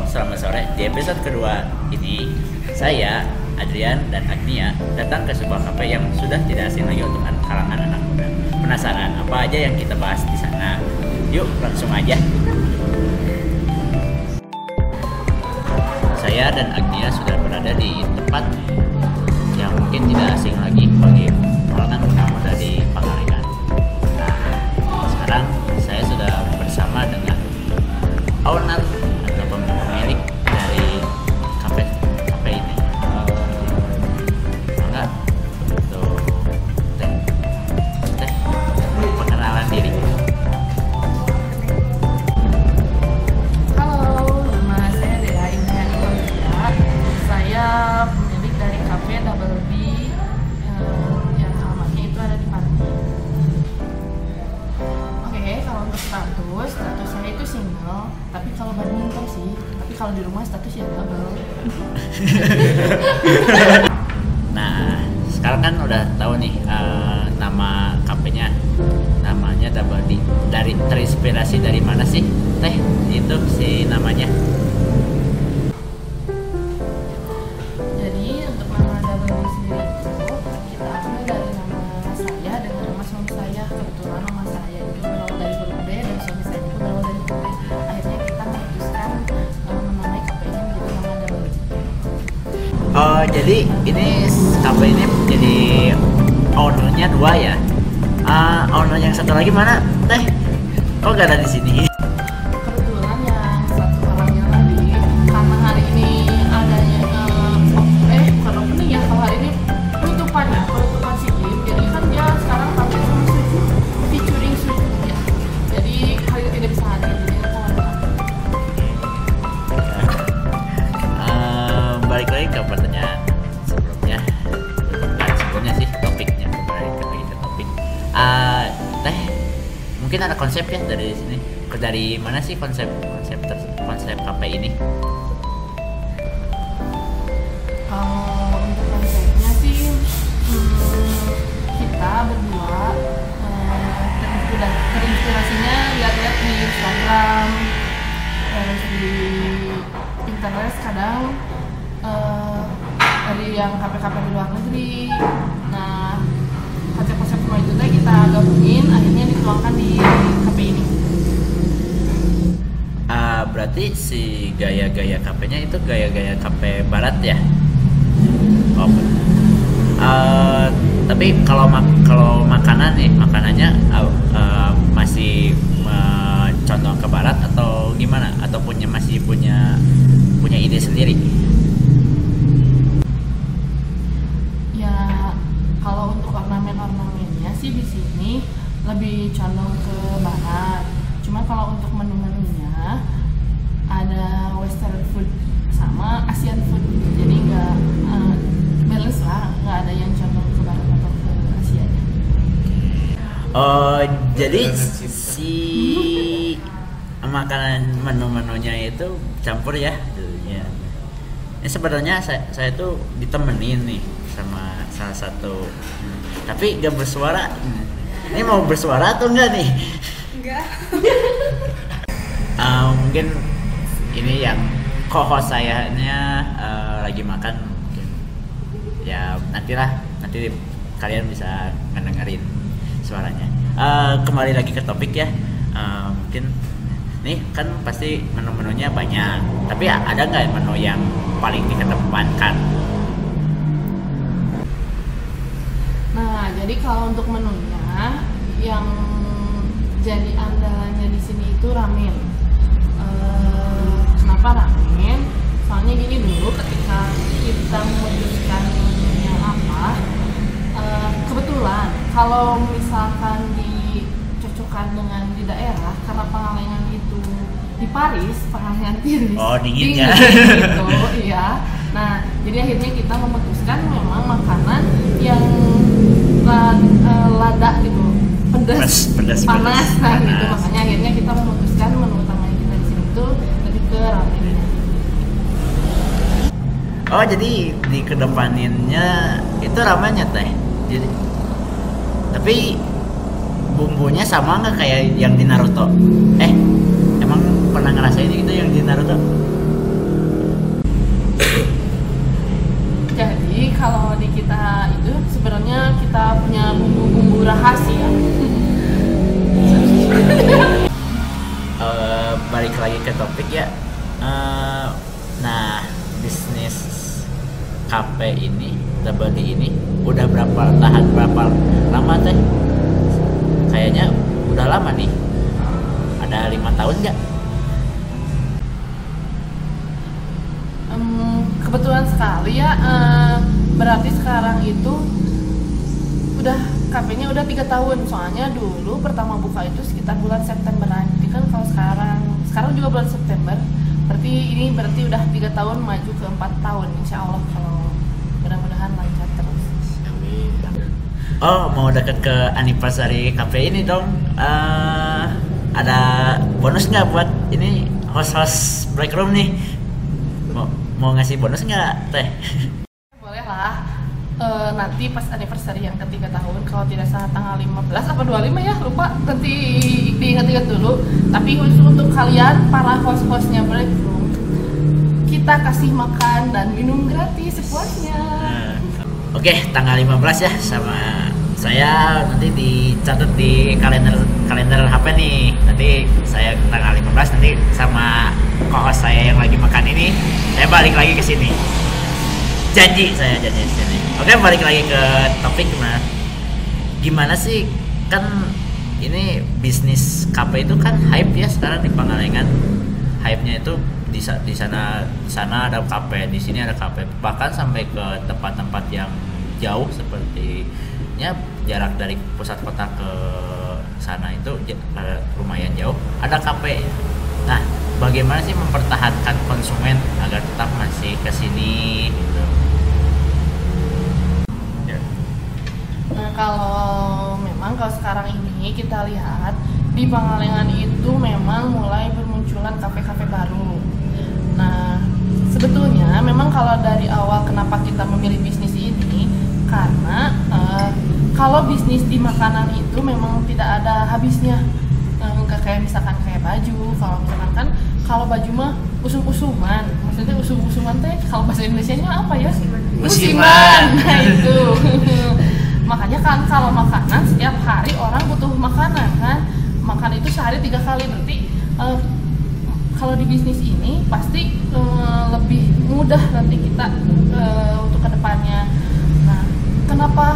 selamat sore. Di episode kedua ini, saya, Adrian, dan Agnia datang ke sebuah kafe yang sudah tidak asing lagi untuk kalangan anak muda. Penasaran apa aja yang kita bahas di sana? Yuk, langsung aja. Saya dan Agnia sudah berada di tempat yang mungkin tidak asing lagi bagi kalangan anak muda di Pangalengan. Nah, sekarang saya sudah bersama dengan owner atau pemilik dari kafe ini. Enggak, untuk teh perkenalan diri. Halo, nama saya Dea Indah Iqbal. Saya pemilik dari kafe Double B yang alamatnya itu ada di Panti. Oke, kalau untuk status saya itu single, tapi kalau badminton sih, tapi kalau di rumah status ya double. Nah, sekarang kan udah tahu nih nama kafenya, namanya Double D. Dari terinspirasi dari mana sih teh itu si namanya? Jadi untuk nama Double B sendiri itu kita ambil dari nama saya dengan nama suami saya. Kebetulan nama saya itu berawal dari huruf B dan suami saya itu berawal dari huruf B. Akhirnya kita memutuskan menamai kafe ini menjadi nama Double B. Oh, jadi ini kafe ini jadi ownernya dua ya? Owner yang satu lagi mana teh? Kok gak ada di sini? Kebetulan yang satu orangnya lagi karena hari ini adanya bukan opening ya, kalau hari ini penutupan si game. Jadi kan dia sekarang pakai sama Suju, featuring Suju ya. Jadi hari ini tidak bisa hadir, jadi nggak tahu ada. Balik lagi ke pertanyaan sebelumnya. Bukan sebelumnya sih, topiknya balik lagi ke topik. Teh, mungkin ada konsep ya dari sini. Dari mana sih konsep kafe ini? Kalau untuk konsepnya sih kita berdua terinspirasinya lihat-lihat di Instagram, terus di Pinterest kadang dari yang kafe-kafe di luar negeri. Nah, konsep-konsep semua itu teh kita gabungin, akhirnya dituangkan di kafe ini. Berarti si gaya-gaya kafenya itu gaya-gaya kafe barat ya? Oh, tapi kalau makanan nih, makanannya masih condong ke barat atau gimana? Atau masih punya ide sendiri? Ya, kalau untuk ornamen-ornamennya sih di sini lebih condong ke barat. Cuma kalau untuk menu-menunya ada western food sama Asian food gitu. Jadi nggak balance lah, nggak ada yang condong ke barat atau ke Asia. Oh, jadi si makanan menu-menunya itu campur ya dulunya. Ini sebenarnya saya tuh ditemenin nih sama salah satu, tapi gak bersuara. Ini mau bersuara atau enggak nih? Enggak. Mungkin ini yang co-host sayanya lagi makan mungkin. Ya nanti kalian bisa ngedengerin suaranya. Kembali lagi ke topik ya. Mungkin nih kan pasti menu-menunya banyak, tapi ada nggak menu yang paling dikedepankan? Nah, jadi kalau untuk menunya yang jadi andalannya di sini itu ramen. Kenapa ramen? Soalnya gini dulu, ketika kita memutuskan menunya apa, kebetulan kalau misalkan dicocokkan dengan di daerah, karena Pangalengan itu di Paris, Pangalengan tiris. Oh, dingin ya. Gitu, iya. Nah, jadi akhirnya kita memutuskan memang makanan yang lada gitu, pedas, panas, nah gitu. Makanya akhirnya kita memutuskan menu utamanya kita di sini itu lebih ke ramennya. Oh, jadi dikedepaninnya itu ramennya teh. Jadi, tapi bumbunya sama nggak kayak yang di Naruto? Emang pernah ngerasain itu yang di Naruto? kalau di kita itu sebenarnya kita punya bumbu-bumbu rahasia. Balik lagi ke topik ya. Nah, bisnis kafe ini, Tabadi ini udah berapa lama teh? Kayaknya udah lama nih. Ada 5 tahun nggak? Kebetulan sekali ya, berarti sekarang itu udah kafenya udah 3 tahun. Soalnya dulu pertama buka itu sekitar bulan Septemberan. Jadi kan kalau sekarang juga bulan September, berarti udah 3 tahun maju ke 4 tahun, insya Allah, kalau mudah-mudahan lancar terus. Amin. Oh, mau deket ke anniversary kafe ini dong. Ada bonus nggak buat ini host break room nih? Mau ngasih bonus nggak teh? Boleh lah. Nanti pas anniversary yang ke-3 tahun, kalau tidak salah tanggal 15 apa 25 ya, lupa, nanti diingat-ingat dulu. Tapi khusus untuk kalian para host-hostnya break room, kita kasih makan dan minum gratis sepuasnya. Oke, tanggal 15 ya, sama saya nanti dicatat di kalender HP nih. Nanti saya tanggal 15 nanti sama co-host saya yang lagi makan ini, saya balik lagi ke sini. Janji di sini. Oke, balik lagi ke topik. Gimana sih, kan ini bisnis kafe itu kan hype ya sekarang di Pangalengan. Hype-nya itu di sana ada kafe, di sini ada kafe, bahkan sampai ke tempat-tempat yang jauh sepertinya jarak dari pusat kota ke sana itu lumayan jauh, ada kafe. Nah, bagaimana sih mempertahankan konsumen agar tetap masih ke sini gitu? Nah, kalau sekarang ini kita lihat di Pangalengan itu memang mulai bermunculan kafe-kafe baru. Nah, sebetulnya memang kalau dari awal kenapa kita memilih bisnis ini, karena kalau bisnis di makanan itu memang tidak ada habisnya. Nggak kayak misalkan kayak baju. Kalau misalkan kan kalau baju mah usum-usuman, maksudnya usum-usuman teh kalau bahasa Indonesianya apa ya? Musiman. Nah itu. Makanya kan kalau makanan setiap hari orang butuh makanan kan. Makan itu sehari 3 kali, berarti kalau di bisnis ini pasti lebih mudah nanti kita untuk kedepannya. Nah, kenapa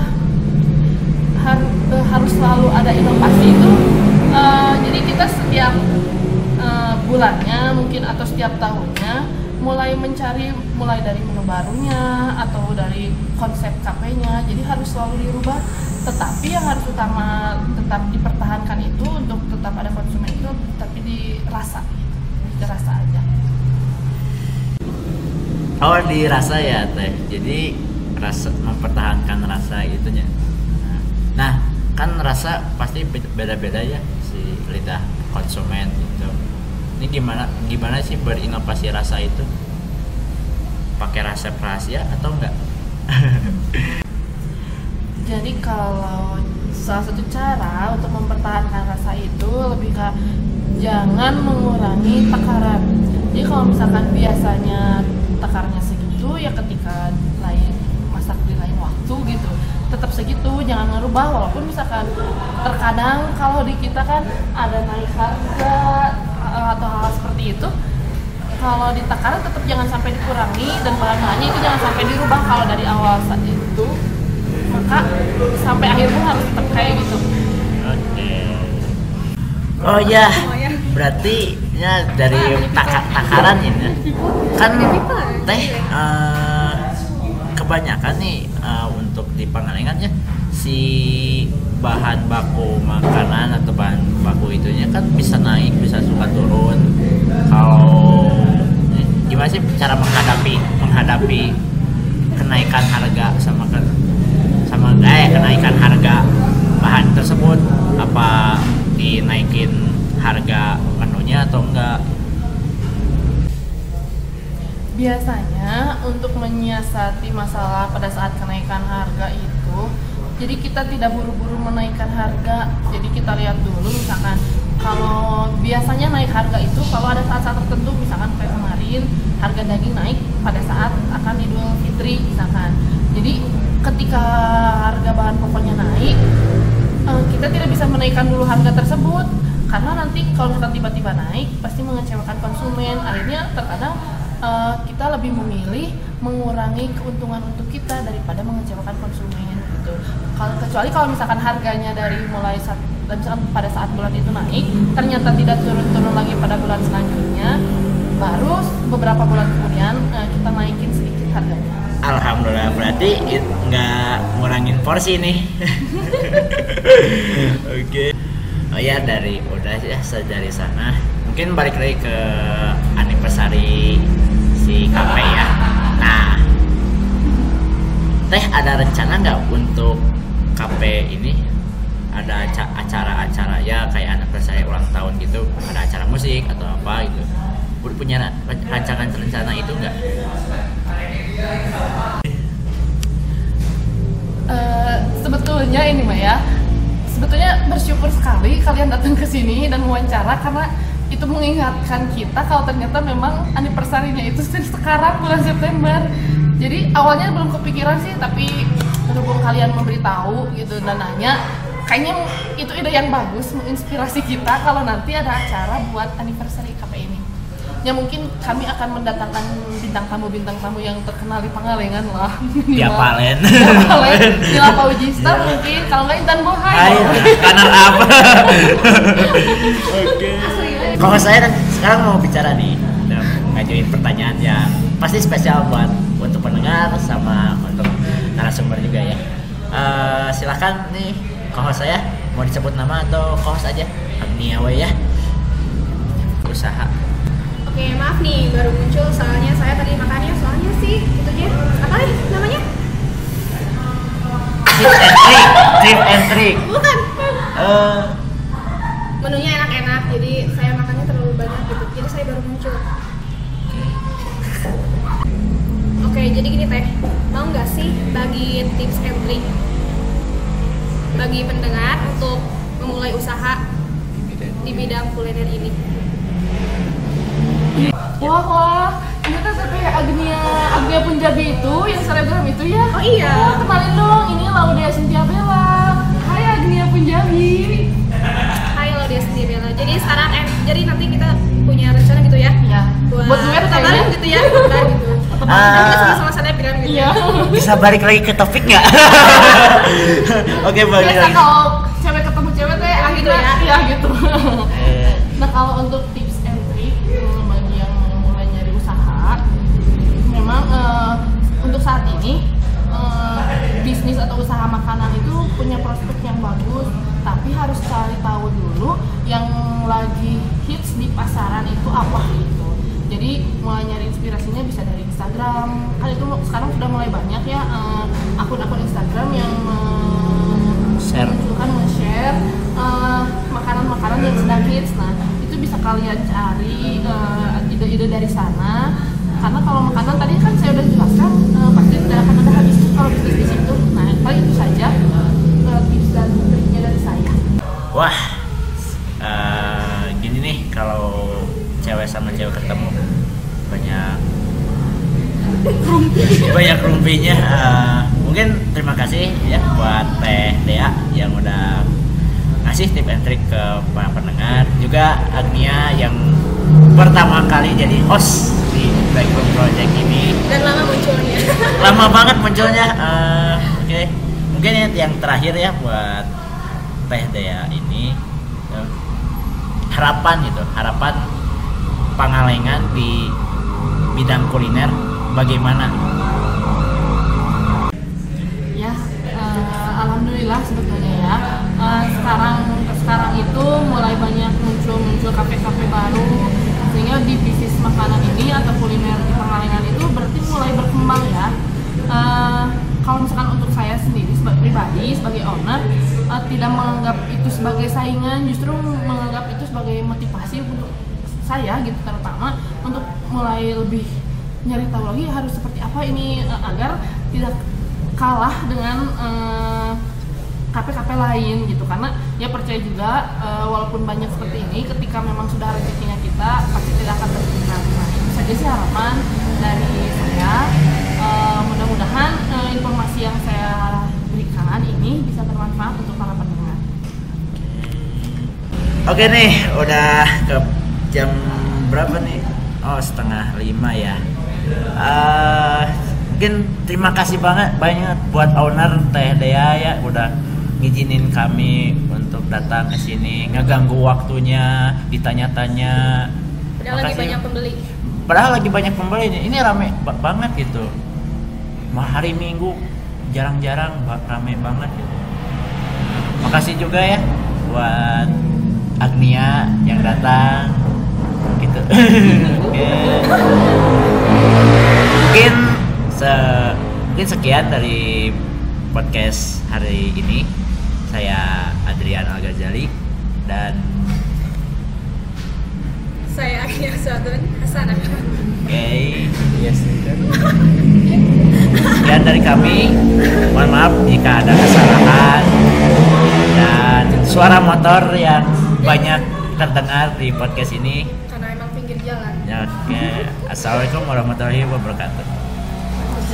harus selalu ada inovasi itu? Jadi kita setiap bulannya mungkin atau setiap tahunnya mulai dari menu barunya atau dari konsep kafenya, jadi harus selalu dirubah. Tetapi yang harus utama tetap dipertahankan itu untuk tetap ada konsumen itu, tapi dirasa aja. Oh, dirasa ya teh. Jadi mempertahankan rasa itunya. Nah, kan rasa pasti beda-beda ya si lidah konsumen gitu. Ini gimana sih berinovasi rasa itu? Pakai resep rahasia atau enggak? Jadi kalau salah satu cara untuk mempertahankan rasa itu lebih ke jangan mengurangi takaran. Jadi kalau misalkan biasanya takarannya segitu, ya ketika masak di lain waktu gitu tetap segitu, jangan ngerubah. Walaupun misalkan terkadang kalau di kita kan ada naik harga atau hal seperti itu, kalau di takaran tetap jangan sampai dikurangi, dan bahan-bahannya itu jangan sampai dirubah kalau dari awal saat itu, maka sampai akhir pun harus tetap kayak gitu. Oke. Oh ya, berarti ya dari takaran ini kan teh kebanyakan nih untuk di Pangalengan ya, si bahan baku makanan atau bahan baku itunya kan bisa naik, bisa suka turun. Kalau gimana sih cara menghadapi kenaikan harga sama kenaikan harga bahan tersebut? Apa dinaikin harga menunya atau enggak? Biasanya untuk menyiasati masalah pada saat kenaikan harga itu, jadi kita tidak buru-buru menaikkan harga. Jadi kita lihat dulu, misalkan kalau biasanya naik harga itu kalau ada saat-saat tertentu, misalkan kayak kemarin harga daging naik pada saat akan Idul Fitri misalkan. Jadi ketika harga bahan pokoknya naik, kita tidak bisa menaikkan dulu harga tersebut, karena nanti kalau misalkan tiba-tiba naik pasti mengecewakan konsumen. Akhirnya terkadang kita lebih memilih mengurangi keuntungan untuk kita daripada mengecewakan konsumen gitu. Kecuali kalau misalkan harganya dari mulai misalkan pada saat bulan itu naik, ternyata tidak turun-turun lagi pada bulan selanjutnya, baru beberapa bulan kemudian kita naikin sedikit harganya. Alhamdulillah, berarti nggak ngurangin porsi nih. Oke. Oh ya, udah ya dari sana. Mungkin balik lagi ke anniversary si KP ya. Nah, Teh ada rencana nggak untuk KP ini? Ada acara-acara ya kayak anniversary ulang tahun gitu, ada acara musik atau apa gitu? Punya rancangan rencana itu nggak? Sebetulnya ini Mbak ya, sebetulnya bersyukur sekali kalian datang ke sini dan wawancara, karena itu mengingatkan kita kalau ternyata memang anniversary-nya itu sekarang bulan September. Jadi awalnya belum kepikiran sih, tapi berhubung kalian memberitahu gitu dan nanya, kayaknya itu ide yang bagus, menginspirasi kita kalau nanti ada acara buat anniversary KP ini. Ya mungkin kami akan mendatangkan bintang tamu yang terkenal di Pangalengan lah. Dia Palen. Nila Paujista mungkin, kalau nggak Intan Bohai. Kanan apa? Oke. Kalau saya sekarang mau bicara nih, ngajuin pertanyaan yang pasti spesial buat untuk pendengar sama untuk narasumber juga ya. Silakan nih, kalau saya mau disebut nama atau host aja, Agnia ya. Usaha. Oke, maaf nih, baru muncul soalnya saya tadi makannya, soalnya sih itu aja. Apa nih namanya? Tip and trick. Bukan. Menunya enak-enak, jadi saya makannya terlalu banyak gitu. Jadi saya baru muncul. Oke, jadi gini Teh, mau nggak sih bagi tips and trick bagi pendengar untuk memulai usaha di bidang kuliner ini? Wah, ini kan kayak Agnia Punjabi itu yang selebgram itu ya. Oh iya. Kenalin dong, ini Laudia Cynthia Bella. Hai Agnia Punjabi. Hai Laudia Cynthia Bella. Jadi sekarang jadi nanti kita punya rencana gitu ya? Iya. Buat duet kalian gitu ya, bentar gitu. Kita sama-sama selebgram gitu. Iya. Bisa balik lagi ke topik nggak? Oke, balik Biasa lagi. kalau cewek ketemu cewek teh gitu ya? Iya gitu. Nah kalau untuk tips and trick bagi yang mulai nyari usaha, memang untuk saat ini bisnis atau usaha makanan itu punya prospek yang bagus, tapi harus cari tahu dulu yang lagi hits di pasaran itu apa gitu. Jadi mulai nyari inspirasinya bisa dari Instagram, kan itu sekarang sudah mulai banyak ya akun-akun Instagram yang share makanan-makanan yang sedang hits. Nah itu bisa kalian cari ide-ide dari sana, karena kalau makanan tadi kan saya udah jelaskan pasti tidak akan ada habis kalau bisnis di situ. Nah paling itu saja tips dan triknya dari saya. Wah, gini nih, kalau cewek sama cewek ketemu banyak rumpinya. Mungkin terima kasih ya buat Teh Dea yang udah ngasih tip and trick ke para pendengar, juga Agnia yang pertama kali jadi host di Backroom Project ini Dan lama munculnya. lama banget munculnya. Oke. Mungkin yang terakhir ya buat Teh Dea ini, harapan Pangalengan di bidang kuliner bagaimana? Ya, alhamdulillah sebetulnya ya. Sekarang itu mulai banyak muncul kafe-kafe baru, sehingga di bisnis makanan ini atau kuliner di Pangalengan itu berarti mulai berkembang ya. Kalau misalkan untuk saya sendiri sebagai pribadi, sebagai owner, tidak menganggap itu sebagai saingan, justru menganggap itu sebagai motivasi untuk saya gitu, terutama untuk mulai lebih nyari tahu lagi harus seperti apa ini agar tidak kalah dengan kafe-kafe lain gitu. Karena ya percaya juga walaupun banyak seperti ini, ketika memang sudah rezekinya kita pasti tidak akan tertinggal. Nah itu aja sih harapan dari saya. Mudah-mudahan informasi yang saya berikan ini bisa bermanfaat untuk para pendengar. Oke nih, udah ke jam berapa nih? Oh, 4:30 ya. Mungkin terima kasih banget buat owner Teh Dea ya udah ngizinin kami untuk datang ke sini, ngeganggu waktunya, ditanya-tanya. Padahal lagi banyak pembeli. Padahal lagi banyak pembeli nih. Ini rame banget gitu. Hari Minggu jarang-jarang rame banget gitu. Makasih juga ya buat Agnia yang datang gitu. Mungkin sekian dari podcast hari ini. Saya Adrian Al-Ghazali dan Saya Agnia Suatun Hasanah. Oke. Sekian dari kami. Mohon maaf jika ada kesalahan dan suara motor yang banyak terdengar di podcast ini. Karena emang pinggir jalan. Ya, oke. Assalamualaikum warahmatullahi wabarakatuh.